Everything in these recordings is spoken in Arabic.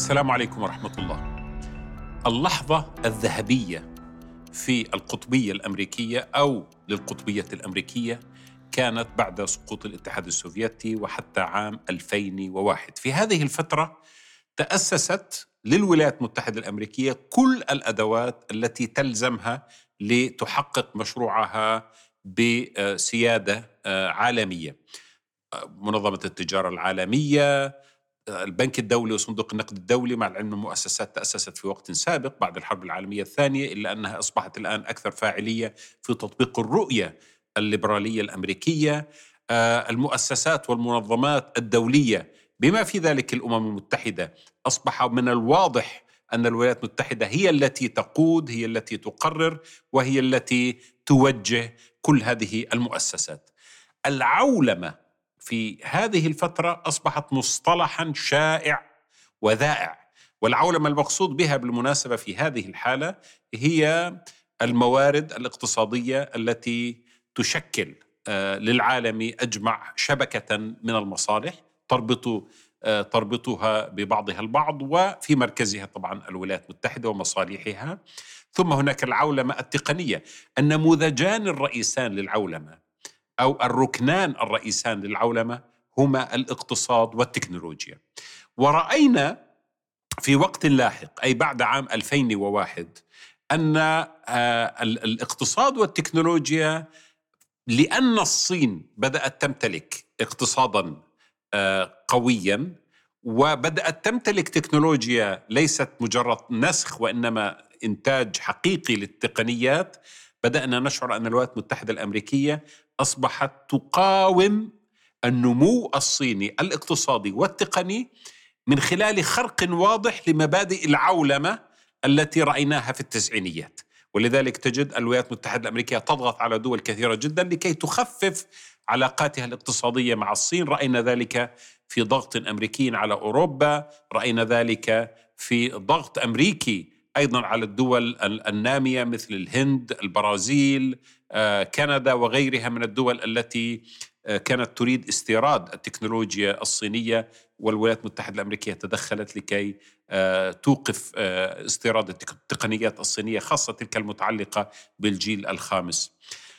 السلام عليكم ورحمة الله. اللحظة الذهبية في القطبية الأمريكية أو للقطبية الأمريكية كانت بعد سقوط الاتحاد السوفيتي وحتى عام 2001. في هذه الفترة تأسست للولايات المتحدة الأمريكية كل الأدوات التي تلزمها لتحقق مشروعها بسيادة عالمية. منظمة التجارة العالمية، البنك الدولي وصندوق النقد الدولي، مع العلم المؤسسات تأسست في وقت سابق بعد الحرب العالمية الثانية، إلا أنها أصبحت الآن أكثر فاعلية في تطبيق الرؤية الليبرالية الأمريكية. المؤسسات والمنظمات الدولية بما في ذلك الأمم المتحدة، أصبح من الواضح أن الولايات المتحدة هي التي تقود، هي التي تقرر، وهي التي توجه كل هذه المؤسسات. العولمة في هذه الفترة أصبحت مصطلحا شائع وذائع، والعولمة المقصود بها بالمناسبة في هذه الحالة هي الموارد الاقتصادية التي تشكل للعالم أجمع شبكة من المصالح تربطها ببعضها البعض، وفي مركزها طبعا الولايات المتحدة ومصالحها. ثم هناك العولمة التقنية. النموذجان الرئيسان للعولمة أو الركنان الرئيسان للعولمة هما الاقتصاد والتكنولوجيا. ورأينا في وقت لاحق أي بعد عام 2001 أن الاقتصاد والتكنولوجيا، لأن الصين بدأت تمتلك اقتصادا قويا وبدأت تمتلك تكنولوجيا ليست مجرد نسخ وإنما إنتاج حقيقي للتقنيات، بدأنا نشعر أن الولايات المتحدة الأمريكية أصبحت تقاوم النمو الصيني الاقتصادي والتقني من خلال خرق واضح لمبادئ العولمة التي رأيناها في التسعينيات. ولذلك تجد الولايات المتحدة الأمريكية تضغط على دول كثيرة جدا لكي تخفف علاقاتها الاقتصادية مع الصين. رأينا ذلك في ضغط أمريكي على أوروبا، رأينا ذلك في ضغط أمريكي أيضا على الدول النامية مثل الهند، البرازيل، كندا وغيرها من الدول التي كانت تريد استيراد التكنولوجيا الصينية، والولايات المتحدة الأمريكية تدخلت لكي توقف استيراد التقنيات الصينية، خاصة تلك المتعلقة بالجيل الخامس.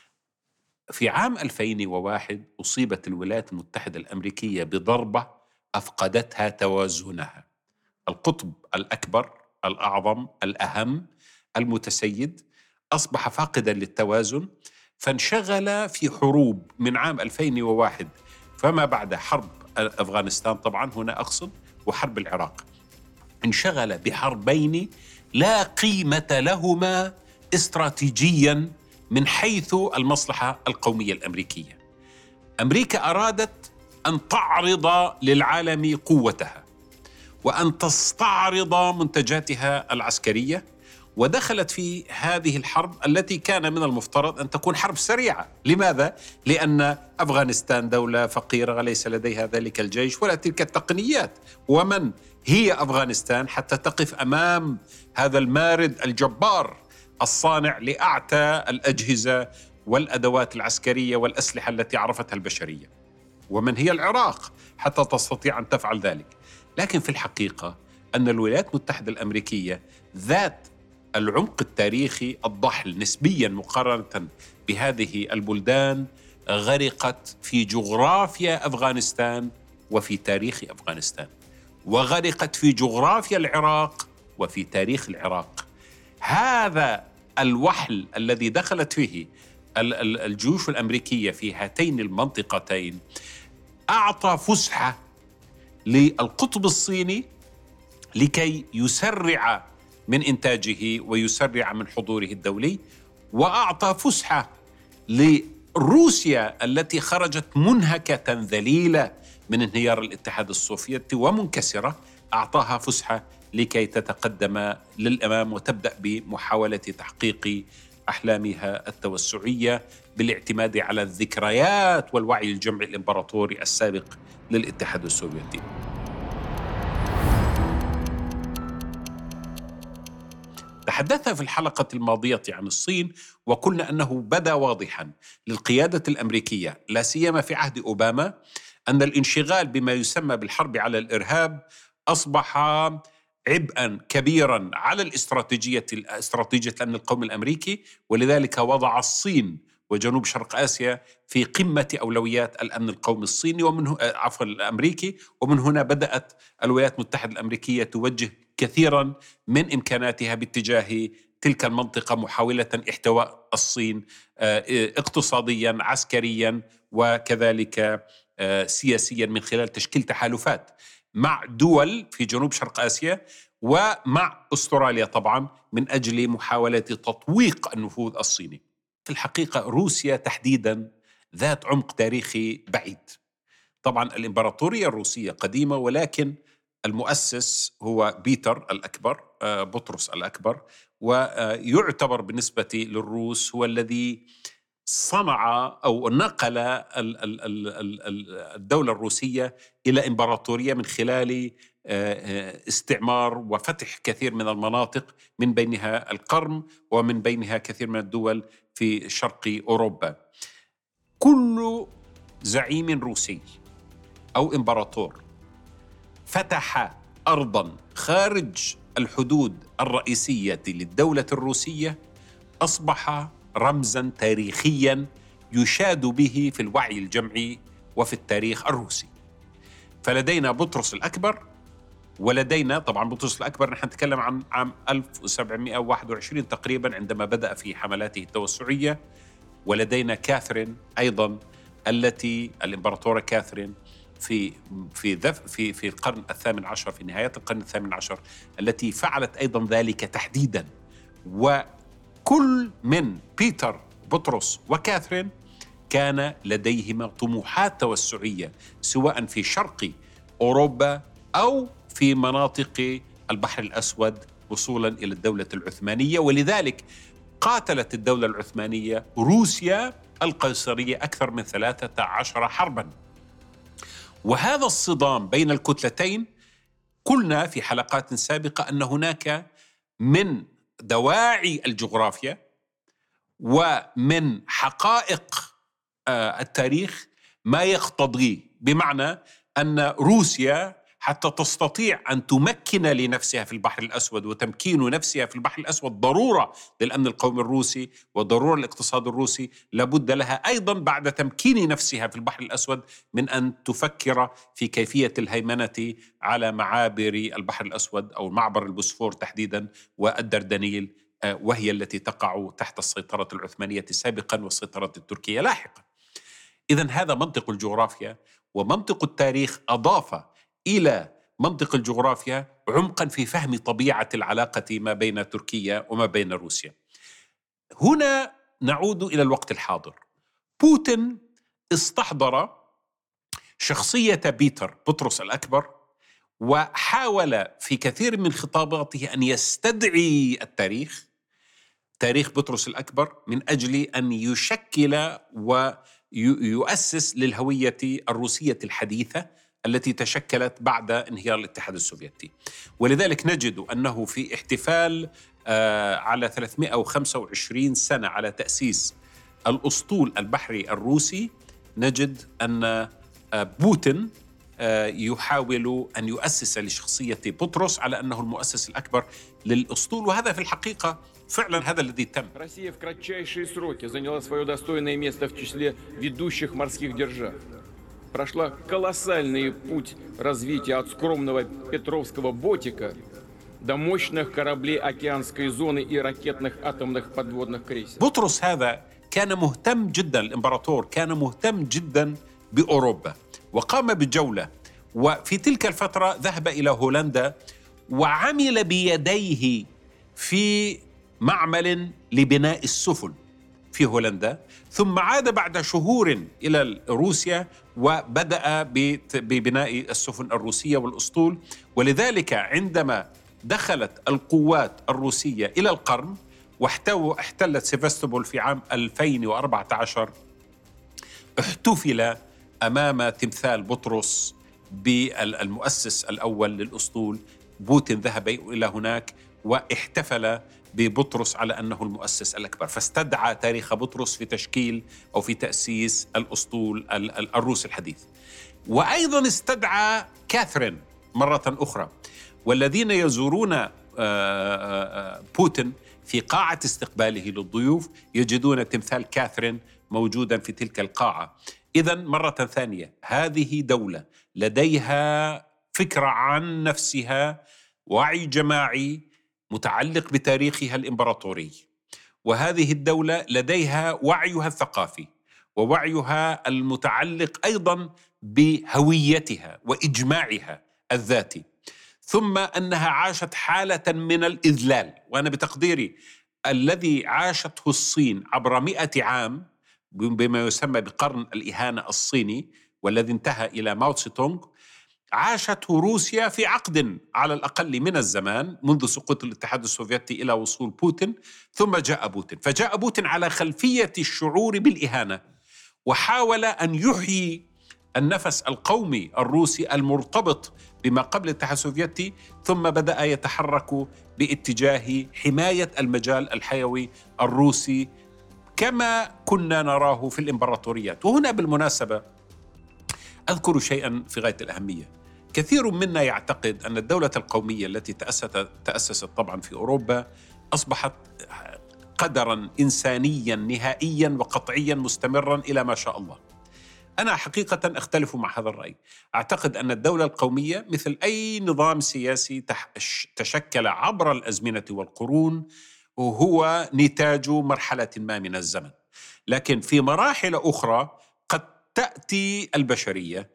في عام 2001 أصيبت الولايات المتحدة الأمريكية بضربة أفقدتها توازنها. القطب الأكبر الأعظم الأهم المتسيد أصبح فاقدا للتوازن، فانشغل في حروب من عام 2001 فما بعد حرب أفغانستان، طبعا هنا أقصد، وحرب العراق. انشغل بحربين لا قيمة لهما استراتيجيا من حيث المصلحة القومية الأمريكية. أمريكا أرادت أن تعرض للعالم قوتها وأن تستعرض منتجاتها العسكرية، ودخلت في هذه الحرب التي كان من المفترض أن تكون حرب سريعة. لماذا؟ لأن أفغانستان دولة فقيرة وليس لديها ذلك الجيش ولا تلك التقنيات. ومن هي أفغانستان حتى تقف أمام هذا المارد الجبار الصانع لأعتى الأجهزة والأدوات العسكرية والأسلحة التي عرفتها البشرية؟ ومن هي العراق حتى تستطيع أن تفعل ذلك؟ لكن في الحقيقة أن الولايات المتحدة الأمريكية ذات العمق التاريخي الضحل نسبيا مقارنة بهذه البلدان غرقت في جغرافيا أفغانستان وفي تاريخ أفغانستان، وغرقت في جغرافيا العراق وفي تاريخ العراق. هذا الوحل الذي دخلت فيه الجيوش الأمريكية في هاتين المنطقتين أعطى فسحة للقطب الصيني لكي يسرع من إنتاجه ويسرع من حضوره الدولي، وأعطى فسحة لروسيا التي خرجت منهكة ذليلة من انهيار الاتحاد السوفيتي ومنكسرة، أعطاها فسحة لكي تتقدم للأمام وتبدأ بمحاولة تحقيق أحلامها التوسعية بالاعتماد على الذكريات والوعي الجمعي الإمبراطوري السابق للاتحاد السوفيتي. تحدثنا في الحلقة الماضية عن الصين وقلنا أنه بدا واضحا للقيادة الأمريكية لا سيما في عهد أوباما أن الانشغال بما يسمى بالحرب على الإرهاب أصبح عبئا كبيرا على استراتيجية الأمن القومي الأمريكي، ولذلك وضع الصين وجنوب شرق آسيا في قمة أولويات الأمن القومي الصيني الأمريكي. ومن هنا بدأت الولايات المتحدة الأمريكية توجه كثيرا من إمكاناتها باتجاه تلك المنطقة، محاولة احتواء الصين اقتصاديا، عسكريا، وكذلك سياسيا، من خلال تشكيل تحالفات مع دول في جنوب شرق آسيا ومع أستراليا طبعا، من أجل محاولة تطويق النفوذ الصيني. في الحقيقة روسيا تحديدا ذات عمق تاريخي بعيد. طبعا الإمبراطورية الروسية قديمة، ولكن المؤسس هو بيتر الأكبر، بطرس الأكبر، ويعتبر بالنسبة للروس هو الذي صنع أو نقل الدولة الروسية إلى إمبراطورية من خلال استعمار وفتح كثير من المناطق، من بينها القرم ومن بينها كثير من الدول في شرق أوروبا. كل زعيم روسي أو إمبراطور فتح أرضاً خارج الحدود الرئيسية للدولة الروسية أصبح رمزاً تاريخياً يشاد به في الوعي الجمعي وفي التاريخ الروسي. فلدينا بطرس الأكبر، ولدينا طبعاً بطرس الأكبر نحن نتكلم عن عام 1721 تقريباً عندما بدأ في حملاته التوسعية. ولدينا كاثرين أيضاً، التي الإمبراطورة كاثرين في القرن الثامن عشر، في نهاية القرن الثامن عشر، التي فعلت أيضا ذلك تحديدا. وكل من بيتر، بطرس وكاثرين كان لديهما طموحات توسعية، سواء في شرق أوروبا أو في مناطق البحر الأسود، وصولا إلى الدولة العثمانية. ولذلك قاتلت الدولة العثمانية روسيا القيصرية أكثر من 13 حربا. وهذا الصدام بين الكتلتين، قلنا في حلقات سابقة أن هناك من دواعي الجغرافيا ومن حقائق التاريخ ما يقتضي، بمعنى أن روسيا حتى تستطيع أن تمكن لنفسها في البحر الأسود، وتمكين نفسها في البحر الأسود ضرورة للأمن القومي الروسي وضرورة للاقتصاد الروسي، لابد لها أيضا بعد تمكين نفسها في البحر الأسود من أن تفكر في كيفية الهيمنة على معابر البحر الأسود، أو معبر البوسفور تحديدا والدردنيل، وهي التي تقع تحت السيطرة العثمانية سابقا والسيطرة التركية لاحقا. إذن هذا منطق الجغرافيا، ومنطق التاريخ أضاف إلى منطق الجغرافيا عمقا في فهم طبيعة العلاقة ما بين تركيا وما بين روسيا. هنا نعود إلى الوقت الحاضر. بوتين استحضر شخصية بيتر بطرس الأكبر، وحاول في كثير من خطاباته أن يستدعي التاريخ، تاريخ بطرس الأكبر، من أجل أن يشكل ويؤسس للهوية الروسية الحديثة التي تشكلت بعد انهيار الاتحاد السوفيتي. ولذلك نجد أنه في احتفال على 325 سنة على تأسيس الأسطول البحري الروسي، نجد أن بوتين يحاول أن يؤسس لشخصية بطرس على أنه المؤسس الأكبر للأسطول. وهذا في الحقيقة فعلا هذا الذي تم. Россия в кратчайшие сроки заняла свое достойное место в числе ведущих морских держав. Прошла колоссальный путь развития от скромного Петровского ботика до мощных кораблей океанской зоны и ракетных атомных подводных крейсеров. بطرس هذا كان مهتم جدا، الإمبراطور كان مهتم جدا بأوروبا، وقام بجولة، وفي تلك الفترة ذهب إلى هولندا وعمل بيديه في معمل لبناء السفن في هولندا، ثم عاد بعد شهور إلى روسيا وبدأ ببناء السفن الروسية والأسطول. ولذلك عندما دخلت القوات الروسية إلى القرم واحتلت سيفاستوبول في عام 2014، احتفل أمام تمثال بطرس بالمؤسس الأول للأسطول. بوتين ذهب إلى هناك واحتفل ببطرس على أنه المؤسس الأكبر، فاستدعى تاريخ بطرس في تشكيل أو في تأسيس الأسطول الروسي الحديث. وأيضا استدعى كاثرين مرة أخرى، والذين يزورون بوتين في قاعة استقباله للضيوف يجدون تمثال كاثرين موجودا في تلك القاعة. إذن مرة ثانية هذه دولة لديها فكرة عن نفسها، وعي جماعي متعلق بتاريخها الإمبراطوري، وهذه الدولة لديها وعيها الثقافي ووعيها المتعلق أيضا بهويتها وإجماعها الذاتي، ثم أنها عاشت حالة من الإذلال. وأنا بتقديري الذي عاشته الصين عبر 100 عام بما يسمى بقرن الإهانة الصيني والذي انتهى إلى ماو تسي تونغ، عاشته روسيا في عقد على الأقل من الزمان منذ سقوط الاتحاد السوفيتي إلى وصول بوتين. ثم جاء بوتين، فجاء بوتين على خلفية الشعور بالإهانة، وحاول أن يحيي النفس القومي الروسي المرتبط بما قبل الاتحاد السوفيتي، ثم بدأ يتحرك باتجاه حماية المجال الحيوي الروسي كما كنا نراه في الإمبراطوريات. وهنا بالمناسبة أذكر شيئا في غاية الأهمية. كثير منا يعتقد أن الدولة القومية التي تأسست طبعا في أوروبا أصبحت قدرا إنسانيا نهائيا وقطعيا مستمرا إلى ما شاء الله. أنا حقيقة أختلف مع هذا الرأي. أعتقد أن الدولة القومية مثل أي نظام سياسي تشكل عبر الأزمنة والقرون وهو نتاج مرحلة ما من الزمن، لكن في مراحل أخرى قد تأتي البشرية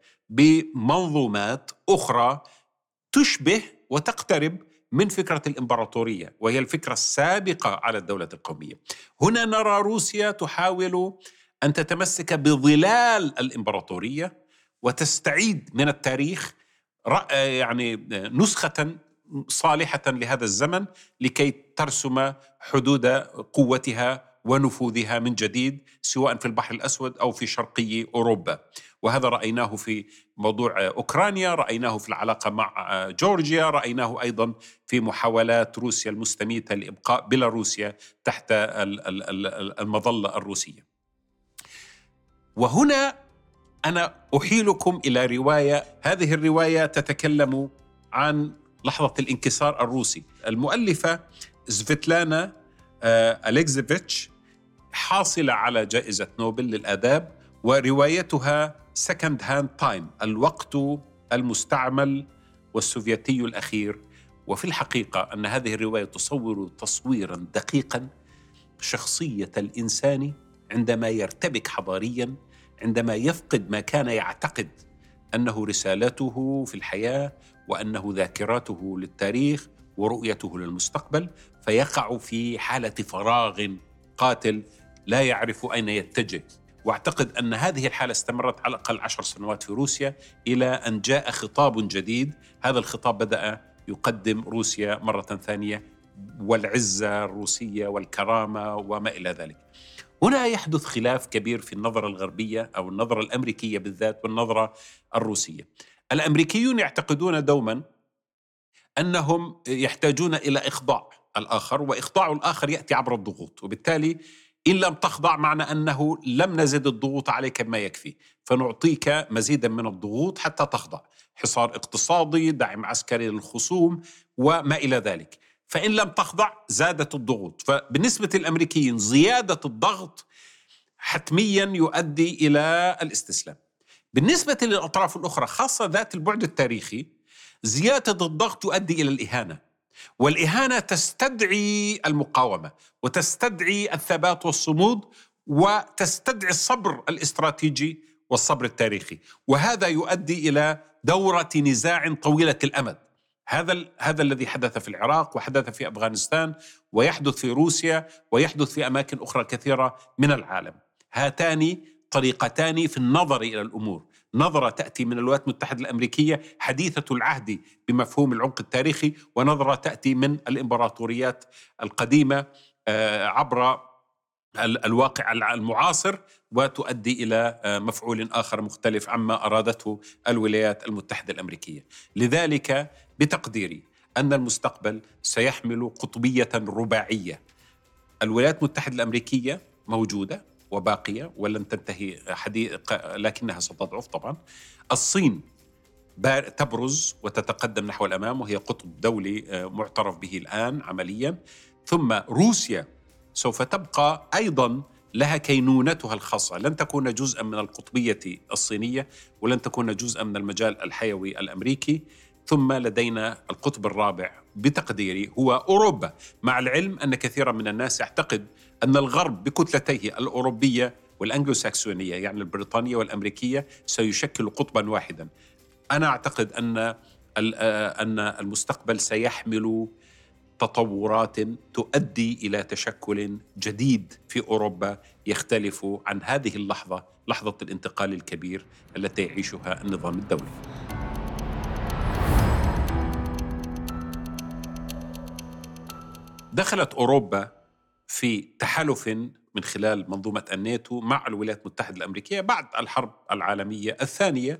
بمنظومات أخرى تشبه وتقترب من فكرة الإمبراطورية، وهي الفكرة السابقة على الدولة القومية. هنا نرى روسيا تحاول أن تتمسك بظلال الإمبراطورية وتستعيد من التاريخ يعني نسخة صالحة لهذا الزمن لكي ترسم حدود قوتها ونفوذها من جديد، سواء في البحر الأسود أو في شرقي أوروبا. وهذا رأيناه في موضوع أوكرانيا، رأيناه في العلاقة مع جورجيا، رأيناه أيضا في محاولات روسيا المستميتة لإبقاء بيلاروسيا تحت المظلة الروسية. وهنا أنا أحيلكم إلى رواية، هذه الرواية تتكلم عن لحظة الانكسار الروسي. المؤلفة سفيتلانا أليكزيفيتش حاصلة على جائزة نوبل للآداب، وروايتها Second Hand Time، الوقت المستعمل والسوفيتي الأخير. وفي الحقيقة أن هذه الرواية تصور تصويرا دقيقا شخصية الإنسان عندما يرتبك حضاريا، عندما يفقد ما كان يعتقد أنه رسالته في الحياة وأنه ذاكرته للتاريخ ورؤيته للمستقبل، فيقع في حالة فراغ قاتل لا يعرف أين يتجه. واعتقد أن هذه الحالة استمرت على الأقل 10 سنوات في روسيا إلى أن جاء خطاب جديد. هذا الخطاب بدأ يقدم روسيا مرة ثانية والعزة الروسية والكرامة وما إلى ذلك. هنا يحدث خلاف كبير في النظرة الغربية أو النظرة الأمريكية بالذات والنظرة الروسية. الأمريكيون يعتقدون دوما أنهم يحتاجون إلى إخضاع الآخر، وإخضاع الآخر يأتي عبر الضغوط، وبالتالي إن لم تخضع معنى أنه لم نزد الضغوط عليك ما يكفي، فنعطيك مزيدا من الضغوط حتى تخضع، حصار اقتصادي، دعم عسكري للخصوم وما إلى ذلك. فإن لم تخضع زادت الضغوط. فبالنسبة للأمريكيين زيادة الضغط حتميا يؤدي إلى الاستسلام. بالنسبة للأطراف الأخرى خاصة ذات البعد التاريخي، زيادة الضغط تؤدي إلى الإهانة، والإهانة تستدعي المقاومة وتستدعي الثبات والصمود وتستدعي الصبر الاستراتيجي والصبر التاريخي، وهذا يؤدي إلى دورة نزاع طويلة الأمد. هذا الذي حدث في العراق وحدث في أفغانستان ويحدث في روسيا ويحدث في أماكن أخرى كثيرة من العالم. هاتان طريقتان في النظر إلى الأمور، نظرة تأتي من الولايات المتحدة الأمريكية حديثة العهد بمفهوم العمق التاريخي، ونظرة تأتي من الإمبراطوريات القديمة عبر الواقع المعاصر، وتؤدي إلى مفعول آخر مختلف عما أرادته الولايات المتحدة الأمريكية. لذلك بتقديري أن المستقبل سيحمل قطبية رباعية. الولايات المتحدة الأمريكية موجودة وباقية ولن تنتهي لكنها ستضعف طبعا. الصين تبرز وتتقدم نحو الأمام، وهي قطب دولي معترف به الآن عمليا. ثم روسيا سوف تبقى أيضا لها كينونتها الخاصة، لن تكون جزءا من القطبية الصينية، ولن تكون جزءا من المجال الحيوي الأمريكي. ثم لدينا القطب الرابع بتقديري هو أوروبا، مع العلم أن كثيرا من الناس يعتقد أن الغرب بكتلتيه الأوروبية والأنجلوساكسونية، يعني البريطانية والأمريكية، سيشكل قطبا واحدا. أنا أعتقد أن المستقبل سيحمل تطورات تؤدي إلى تشكل جديد في أوروبا يختلف عن هذه اللحظة، لحظة الانتقال الكبير التي يعيشها النظام الدولي. دخلت أوروبا في تحالف من خلال منظومة الناتو مع الولايات المتحدة الأمريكية بعد الحرب العالمية الثانية،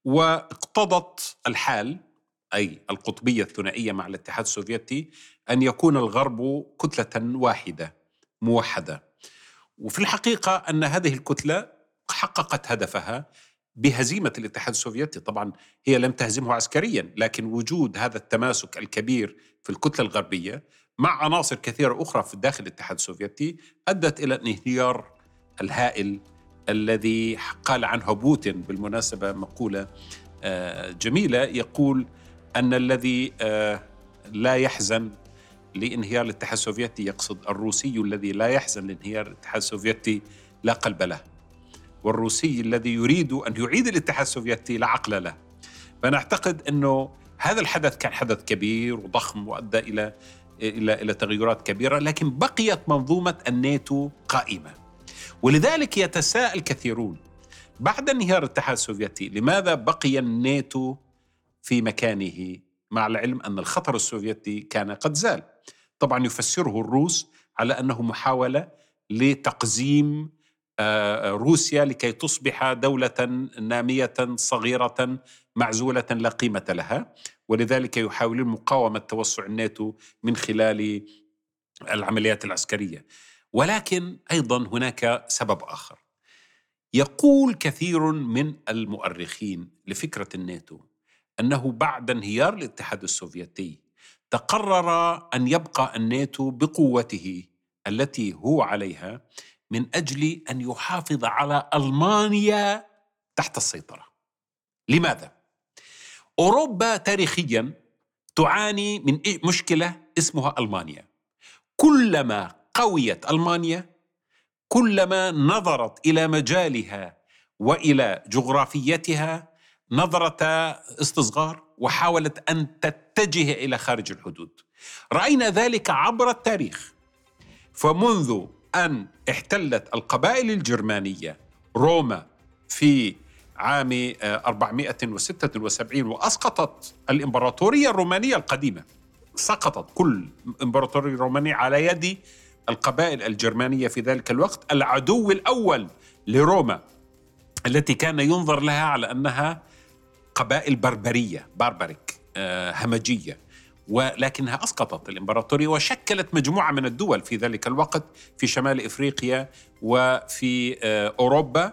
واقتضت الحال، أي القطبية الثنائية مع الاتحاد السوفيتي، أن يكون الغرب كتلة واحدة موحدة. وفي الحقيقة أن هذه الكتلة حققت هدفها بهزيمة الاتحاد السوفيتي. طبعا هي لم تهزمه عسكريا، لكن وجود هذا التماسك الكبير في الكتلة الغربية مع عناصر كثيرة أخرى في داخل الاتحاد السوفيتي أدت إلى الانهيار الهائل الذي قال عنه بوتين بالمناسبة مقولة جميلة، يقول أن الذي لا يحزن لانهيار الاتحاد السوفيتي، يقصد الروسي الذي لا يحزن لانهيار الاتحاد السوفيتي، لا قلب له، والروسي الذي يريد أن يعيد الاتحاد السوفيتي لا عقل له. فأنا أعتقد أنه هذا الحدث كان حدث كبير وضخم وأدى إلى تغيرات كبيرة، لكن بقيت منظومة الناتو قائمة. ولذلك يتساءل كثيرون بعد انهيار الاتحاد السوفيتي لماذا بقي الناتو في مكانه، مع العلم أن الخطر السوفيتي كان قد زال. طبعا يفسره الروس على أنه محاولة لتقزيم روسيا لكي تصبح دولة نامية صغيرة معزولة لا قيمة لها، ولذلك يحاولون مقاومة توسع الناتو من خلال العمليات العسكرية. ولكن أيضا هناك سبب آخر. يقول كثير من المؤرخين لفكرة الناتو أنه بعد انهيار الاتحاد السوفيتي تقرر أن يبقى الناتو بقوته التي هو عليها من أجل أن يحافظ على ألمانيا تحت السيطرة. لماذا؟ أوروبا تاريخيا تعاني من مشكلة اسمها ألمانيا. كلما قويت ألمانيا كلما نظرت إلى مجالها وإلى جغرافيتها نظرة استصغار، وحاولت أن تتجه إلى خارج الحدود. رأينا ذلك عبر التاريخ، فمنذ أن احتلت القبائل الجرمانية روما في عام 476 وأسقطت الإمبراطورية الرومانية القديمة، سقطت كل إمبراطورية رومانية على يد القبائل الجرمانية في ذلك الوقت، العدو الأول لروما التي كان ينظر لها على أنها قبائل بربرية باربريك همجية، ولكنها أسقطت الإمبراطورية وشكلت مجموعة من الدول في ذلك الوقت في شمال إفريقيا وفي أوروبا،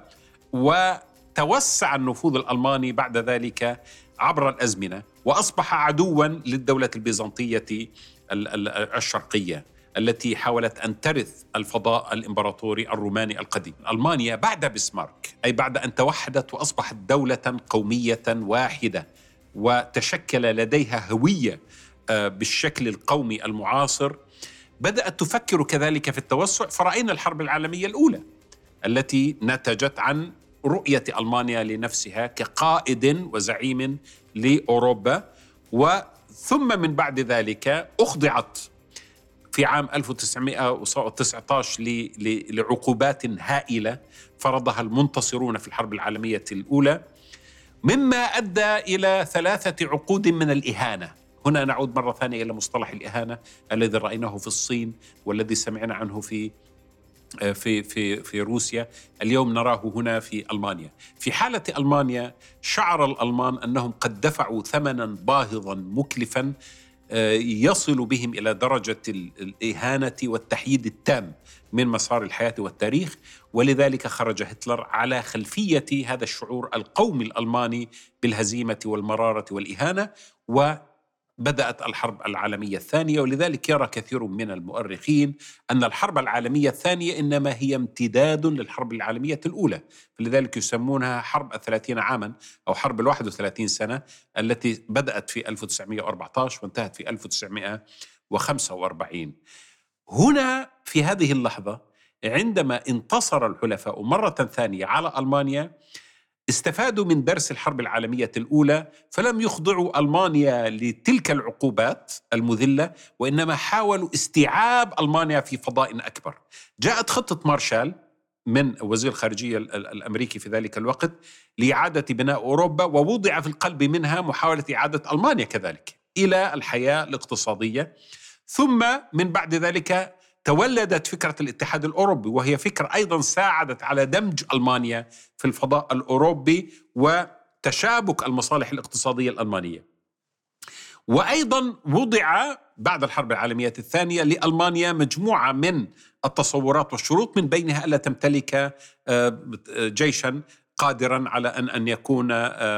وتوسع النفوذ الألماني بعد ذلك عبر الأزمنة، وأصبح عدواً للدولة البيزنطية الشرقية التي حاولت أن ترث الفضاء الإمبراطوري الروماني القديم. ألمانيا بعد بسمارك، أي بعد أن توحدت وأصبحت دولة قومية واحدة وتشكل لديها هوية بالشكل القومي المعاصر، بدأت تفكر كذلك في التوسع. فرأينا الحرب العالمية الأولى التي نتجت عن رؤية ألمانيا لنفسها كقائد وزعيم لأوروبا، وثم من بعد ذلك أخضعت في عام 1919 لعقوبات هائلة فرضها المنتصرون في الحرب العالمية الأولى، مما أدى إلى 3 عقود من الإهانة. هنا نعود مرة ثانية إلى مصطلح الإهانة الذي رأيناه في الصين والذي سمعنا عنه في روسيا، اليوم نراه هنا في ألمانيا. في حالة ألمانيا شعر الألمان أنهم قد دفعوا ثمنا باهظا مكلفا يصل بهم إلى درجة الإهانة والتحييد التام من مسار الحياة والتاريخ، ولذلك خرج هتلر على خلفية هذا الشعور القومي الألماني بالهزيمة والمرارة والإهانة، وبدأت الحرب العالمية الثانية. ولذلك يرى كثير من المؤرخين أن الحرب العالمية الثانية إنما هي امتداد للحرب العالمية الأولى، فلذلك يسمونها حرب 30 عاما أو حرب 31 سنة، التي بدأت في 1914 وانتهت في 1945. هنا في هذه اللحظة عندما انتصر الحلفاء مرة ثانية على ألمانيا، استفادوا من درس الحرب العالمية الأولى، فلم يخضعوا ألمانيا لتلك العقوبات المذلة، وإنما حاولوا استيعاب ألمانيا في فضاء أكبر. جاءت خطة مارشال من وزير الخارجية الأمريكي في ذلك الوقت لإعادة بناء أوروبا، ووضع في القلب منها محاولة إعادة ألمانيا كذلك إلى الحياة الاقتصادية. ثم من بعد ذلك تولدت فكرة الاتحاد الأوروبي، وهي فكرة أيضا ساعدت على دمج ألمانيا في الفضاء الأوروبي وتشابك المصالح الاقتصادية الألمانية. وأيضا وضع بعد الحرب العالمية الثانية لألمانيا مجموعة من التصورات والشروط، من بينها ألا تمتلك جيشا قادرا على أن يكون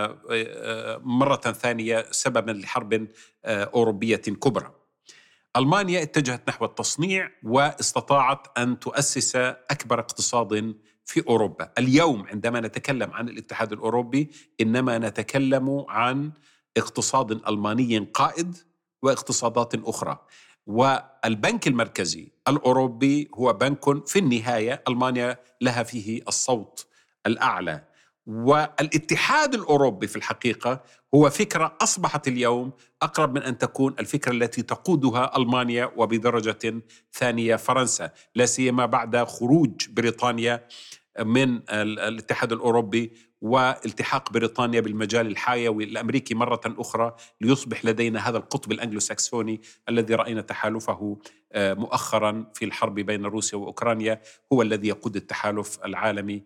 مرة ثانية سببا لحرب أوروبية كبرى. ألمانيا اتجهت نحو التصنيع واستطاعت أن تؤسس أكبر اقتصاد في أوروبا. اليوم عندما نتكلم عن الاتحاد الأوروبي إنما نتكلم عن اقتصاد ألماني قائد واقتصادات أخرى. والبنك المركزي الأوروبي هو بنك في النهاية ألمانيا لها فيه الصوت الأعلى. والاتحاد الأوروبي في الحقيقة هو فكرة أصبحت اليوم أقرب من أن تكون الفكرة التي تقودها ألمانيا وبدرجة ثانية فرنسا، لا سيما بعد خروج بريطانيا من الاتحاد الأوروبي والتحاق بريطانيا بالمجال الحيوي الأمريكي مرة أخرى، ليصبح لدينا هذا القطب الأنجلو ساكسوني الذي رأينا تحالفه مؤخرا في الحرب بين روسيا وأوكرانيا، هو الذي يقود التحالف العالمي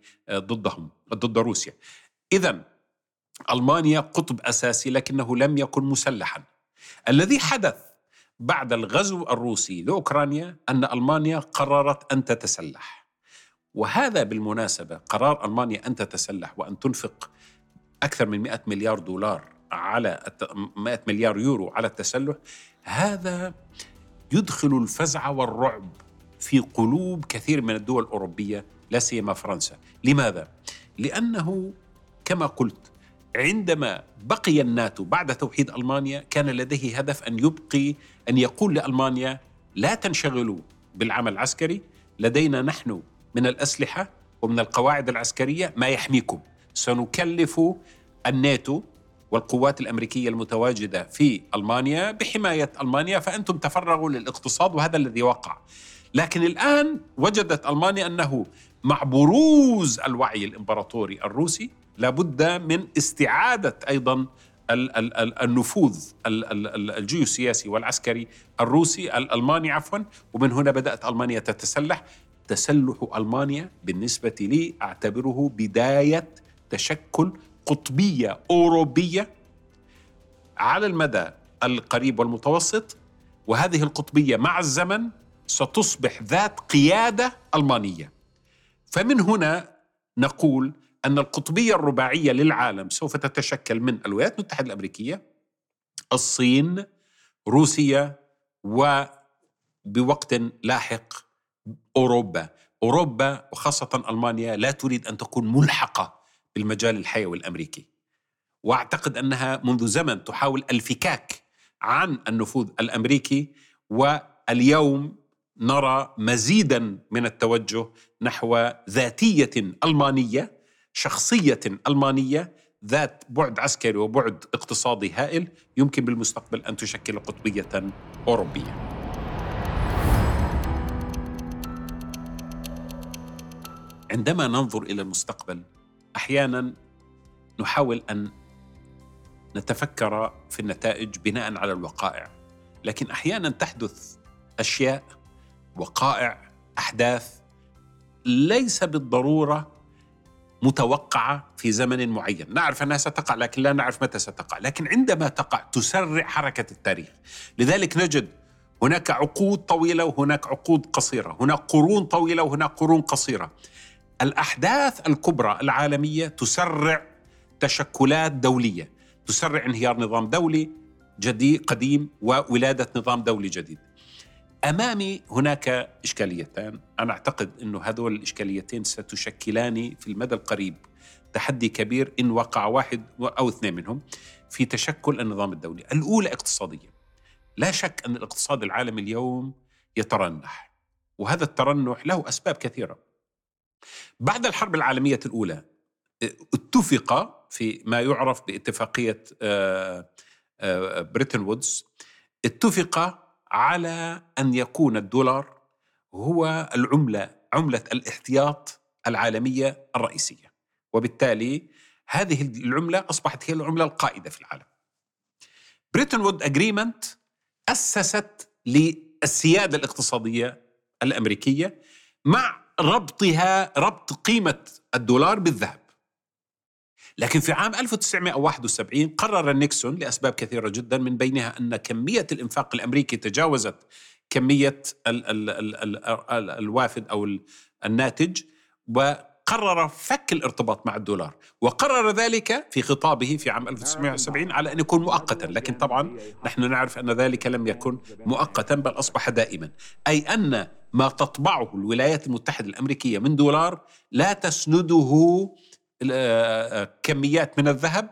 ضد روسيا. إذن ألمانيا قطب أساسي لكنه لم يكن مسلحا. الذي حدث بعد الغزو الروسي لأوكرانيا أن ألمانيا قررت أن تتسلح، وهذا بالمناسبة قرار ألمانيا أن تتسلح وأن تنفق أكثر من 100 مليار دولار على 100 مليار يورو على التسلح، هذا يدخل الفزع والرعب في قلوب كثير من الدول الأوروبية لا سيما فرنسا. لماذا؟ لأنه كما قلت عندما بقي الناتو بعد توحيد ألمانيا كان لديه هدف أن يقول لألمانيا لا تنشغلوا بالعمل العسكري، لدينا نحن من الأسلحة ومن القواعد العسكرية ما يحميكم، سنكلف الناتو والقوات الأمريكية المتواجدة في ألمانيا بحماية ألمانيا، فأنتم تفرغوا للاقتصاد، وهذا الذي وقع. لكن الآن وجدت ألمانيا أنه مع بروز الوعي الإمبراطوري الروسي لابد من استعادة أيضا النفوذ الجيوسياسي والعسكري الروسي الألماني ومن هنا بدأت ألمانيا تتسلح. تسلح ألمانيا بالنسبة لي أعتبره بداية تشكل قطبية أوروبية على المدى القريب والمتوسط، وهذه القطبية مع الزمن ستصبح ذات قيادة ألمانية. فمن هنا نقول أن القطبية الرباعية للعالم سوف تتشكل من الولايات المتحدة الأمريكية، الصين، روسيا، وبوقت لاحق أوروبا وخاصة ألمانيا لا تريد أن تكون ملحقة بالمجال الحيوي الأمريكي، وأعتقد أنها منذ زمن تحاول الفكاك عن النفوذ الأمريكي، واليوم نرى مزيدا من التوجه نحو ذاتية ألمانية، شخصية ألمانية ذات بعد عسكري وبعد اقتصادي هائل يمكن بالمستقبل أن تشكل قطبية أوروبية. عندما ننظر إلى المستقبل أحيانا نحاول أن نتفكر في النتائج بناء على الوقائع، لكن أحيانا تحدث أشياء، وقائع، أحداث ليس بالضرورة متوقعة في زمن معين. نعرف أنها ستقع لكن لا نعرف متى ستقع، لكن عندما تقع تسرع حركة التاريخ. لذلك نجد هناك عقود طويلة وهناك عقود قصيرة، هناك قرون طويلة وهناك قرون قصيرة. الأحداث الكبرى العالمية تسرع تشكلات دولية، تسرع انهيار نظام دولي جديد قديم وولادة نظام دولي جديد. أمامي هناك إشكاليتان، أنا أعتقد أن هذول الإشكاليتين ستشكلان في المدى القريب تحدي كبير إن وقع واحد أو اثنين منهم في تشكل النظام الدولي. الأولى اقتصادية. لا شك أن الاقتصاد العالمي اليوم يترنح، وهذا الترنح له أسباب كثيرة. بعد الحرب العالمية الأولى اتفق في ما يعرف باتفاقية بريتن وودز، اتفق على أن يكون الدولار هو عملة الاحتياط العالمية الرئيسية، وبالتالي هذه العملة أصبحت هي العملة القائدة في العالم. بريتن وود أجريمنت أسست للسيادة الاقتصادية الأمريكية مع ربط قيمة الدولار بالذهب. لكن في عام 1971 قرر نيكسون لأسباب كثيرة جدا، من بينها أن كمية الإنفاق الأمريكي تجاوزت كمية الوافد أو الناتج، وقرر فك الارتباط مع الدولار، وقرر ذلك في خطابه في عام 1970 على أن يكون مؤقتا. لكن طبعا نحن نعرف أن ذلك لم يكن مؤقتا بل أصبح دائما، أي أن ما تطبعه الولايات المتحدة الأمريكية من دولار لا تسنده كميات من الذهب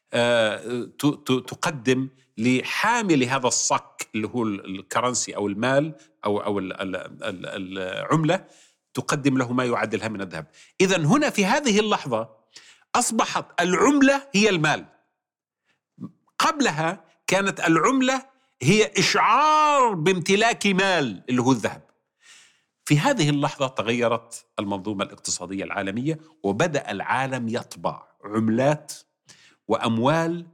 تقدم لحامل هذا الصك اللي هو الكرنسي أو المال أو العملة، تقدم له ما يعادلها من الذهب. إذن هنا في هذه اللحظة أصبحت العملة هي المال. قبلها كانت العملة هي إشعار بامتلاك مال اللي هو الذهب. في هذه اللحظة تغيرت المنظومة الاقتصادية العالمية، وبدأ العالم يطبع عملات وأموال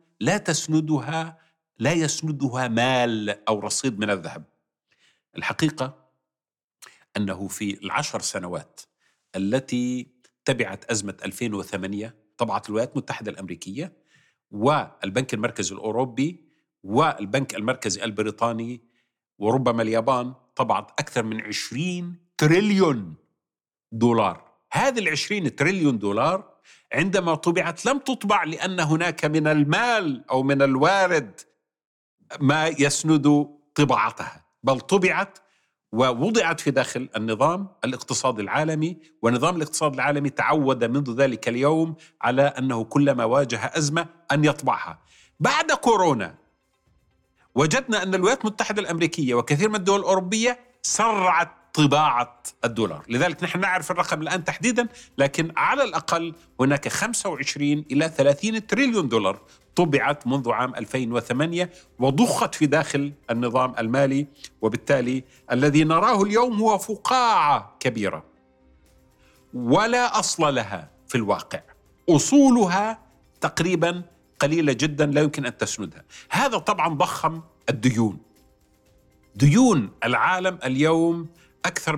لا يسندها مال أو رصيد من الذهب. الحقيقة أنه في 10 سنوات التي تبعت أزمة 2008 طبعت الولايات المتحدة الأمريكية والبنك المركزي الأوروبي والبنك المركزي البريطاني وربما اليابان طبعت أكثر من 20 تريليون دولار. هذه 20 تريليون دولار عندما طبعت لم تطبع لأن هناك من المال أو من الوارد ما يسند طباعتها، بل طبعت ووضعت في داخل النظام الاقتصادي العالمي، ونظام الاقتصاد العالمي تعود منذ ذلك اليوم على أنه كلما واجه أزمة أن يطبعها. بعد كورونا وجدنا أن الولايات المتحدة الأمريكية وكثير من الدول الأوروبية سرعت طباعة الدولار، لذلك نحن نعرف الرقم الآن تحديدا، لكن على الأقل هناك 25 إلى 30 تريليون دولار طبعت منذ عام 2008 وضخت في داخل النظام المالي، وبالتالي الذي نراه اليوم هو فقاعة كبيرة ولا أصل لها في الواقع، أصولها تقريبا قليلة جدا لا يمكن أن تسندها. هذا طبعا ضخم الديون. ديون العالم اليوم أكثر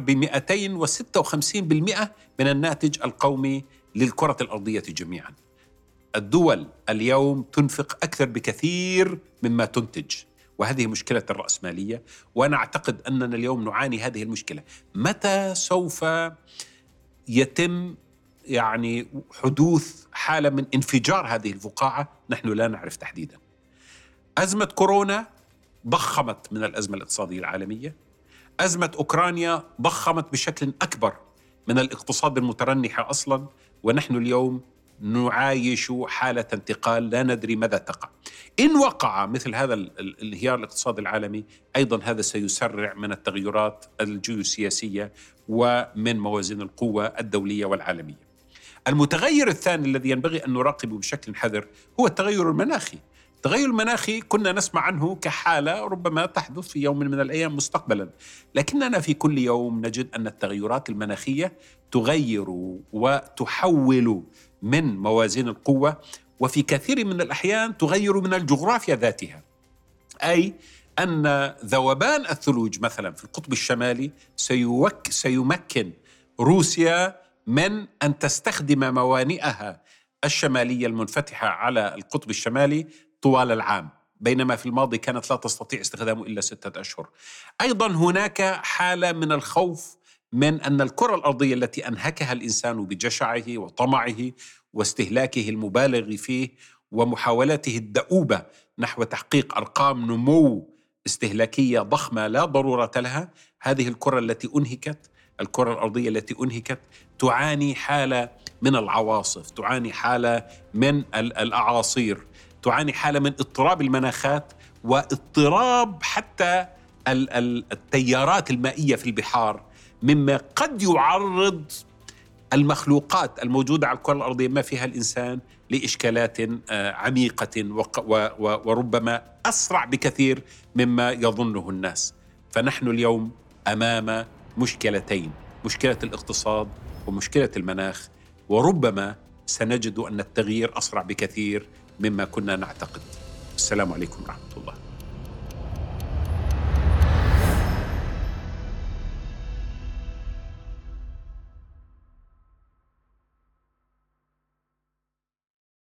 ب256% من الناتج القومي للكرة الأرضية جميعا. الدول اليوم تنفق أكثر بكثير مما تنتج، وهذه مشكلة الرأسمالية، وأنا أعتقد أننا اليوم نعاني هذه المشكلة. متى سوف يتم حدوث حالة من انفجار هذه الفقاعة؟ نحن لا نعرف تحديدا. أزمة كورونا ضخمت من الأزمة الاقتصادية العالمية، أزمة أوكرانيا ضخمت بشكل أكبر من الاقتصاد المترنح أصلا، ونحن اليوم نعايش حالة انتقال لا ندري ماذا تقع. إن وقع مثل هذا الانهيار الاقتصادي العالمي أيضا هذا سيسرع من التغيرات الجيوسياسية ومن موازين القوة الدولية والعالمية. المتغير الثاني الذي ينبغي أن نراقبه بشكل حذر هو التغير المناخي. التغير المناخي كنا نسمع عنه كحالة ربما تحدث في يوم من الأيام مستقبلا، لكننا في كل يوم نجد أن التغيرات المناخية تغير وتحول من موازين القوة، وفي كثير من الأحيان تغير من الجغرافيا ذاتها. أي أن ذوبان الثلوج مثلا في القطب الشمالي سيمكن روسيا من أن تستخدم موانئها الشمالية المنفتحة على القطب الشمالي طوال العام، بينما في الماضي كانت لا تستطيع استخدامه إلا 6 أشهر. أيضا هناك حالة من الخوف من أن الكرة الأرضية التي أنهكها الإنسان بجشعه وطمعه واستهلاكه المبالغ فيه ومحاولته الدؤوبة نحو تحقيق أرقام نمو استهلاكية ضخمة لا ضرورة لها، هذه الكرة التي أنهكت، الكرة الأرضية التي أنهكت تعاني حالة من العواصف، تعاني حالة من الأعاصير، تعاني حالة من اضطراب المناخات واضطراب حتى التيارات المائية في البحار، مما قد يعرض المخلوقات الموجودة على الكرة الأرضية ما فيها الإنسان لإشكالات عميقة وربما أسرع بكثير مما يظنه الناس. فنحن اليوم أمام مشكلتين، مشكلة الاقتصاد ومشكلة المناخ، وربما سنجد أن التغيير أسرع بكثير مما كنا نعتقد. السلام عليكم ورحمة الله.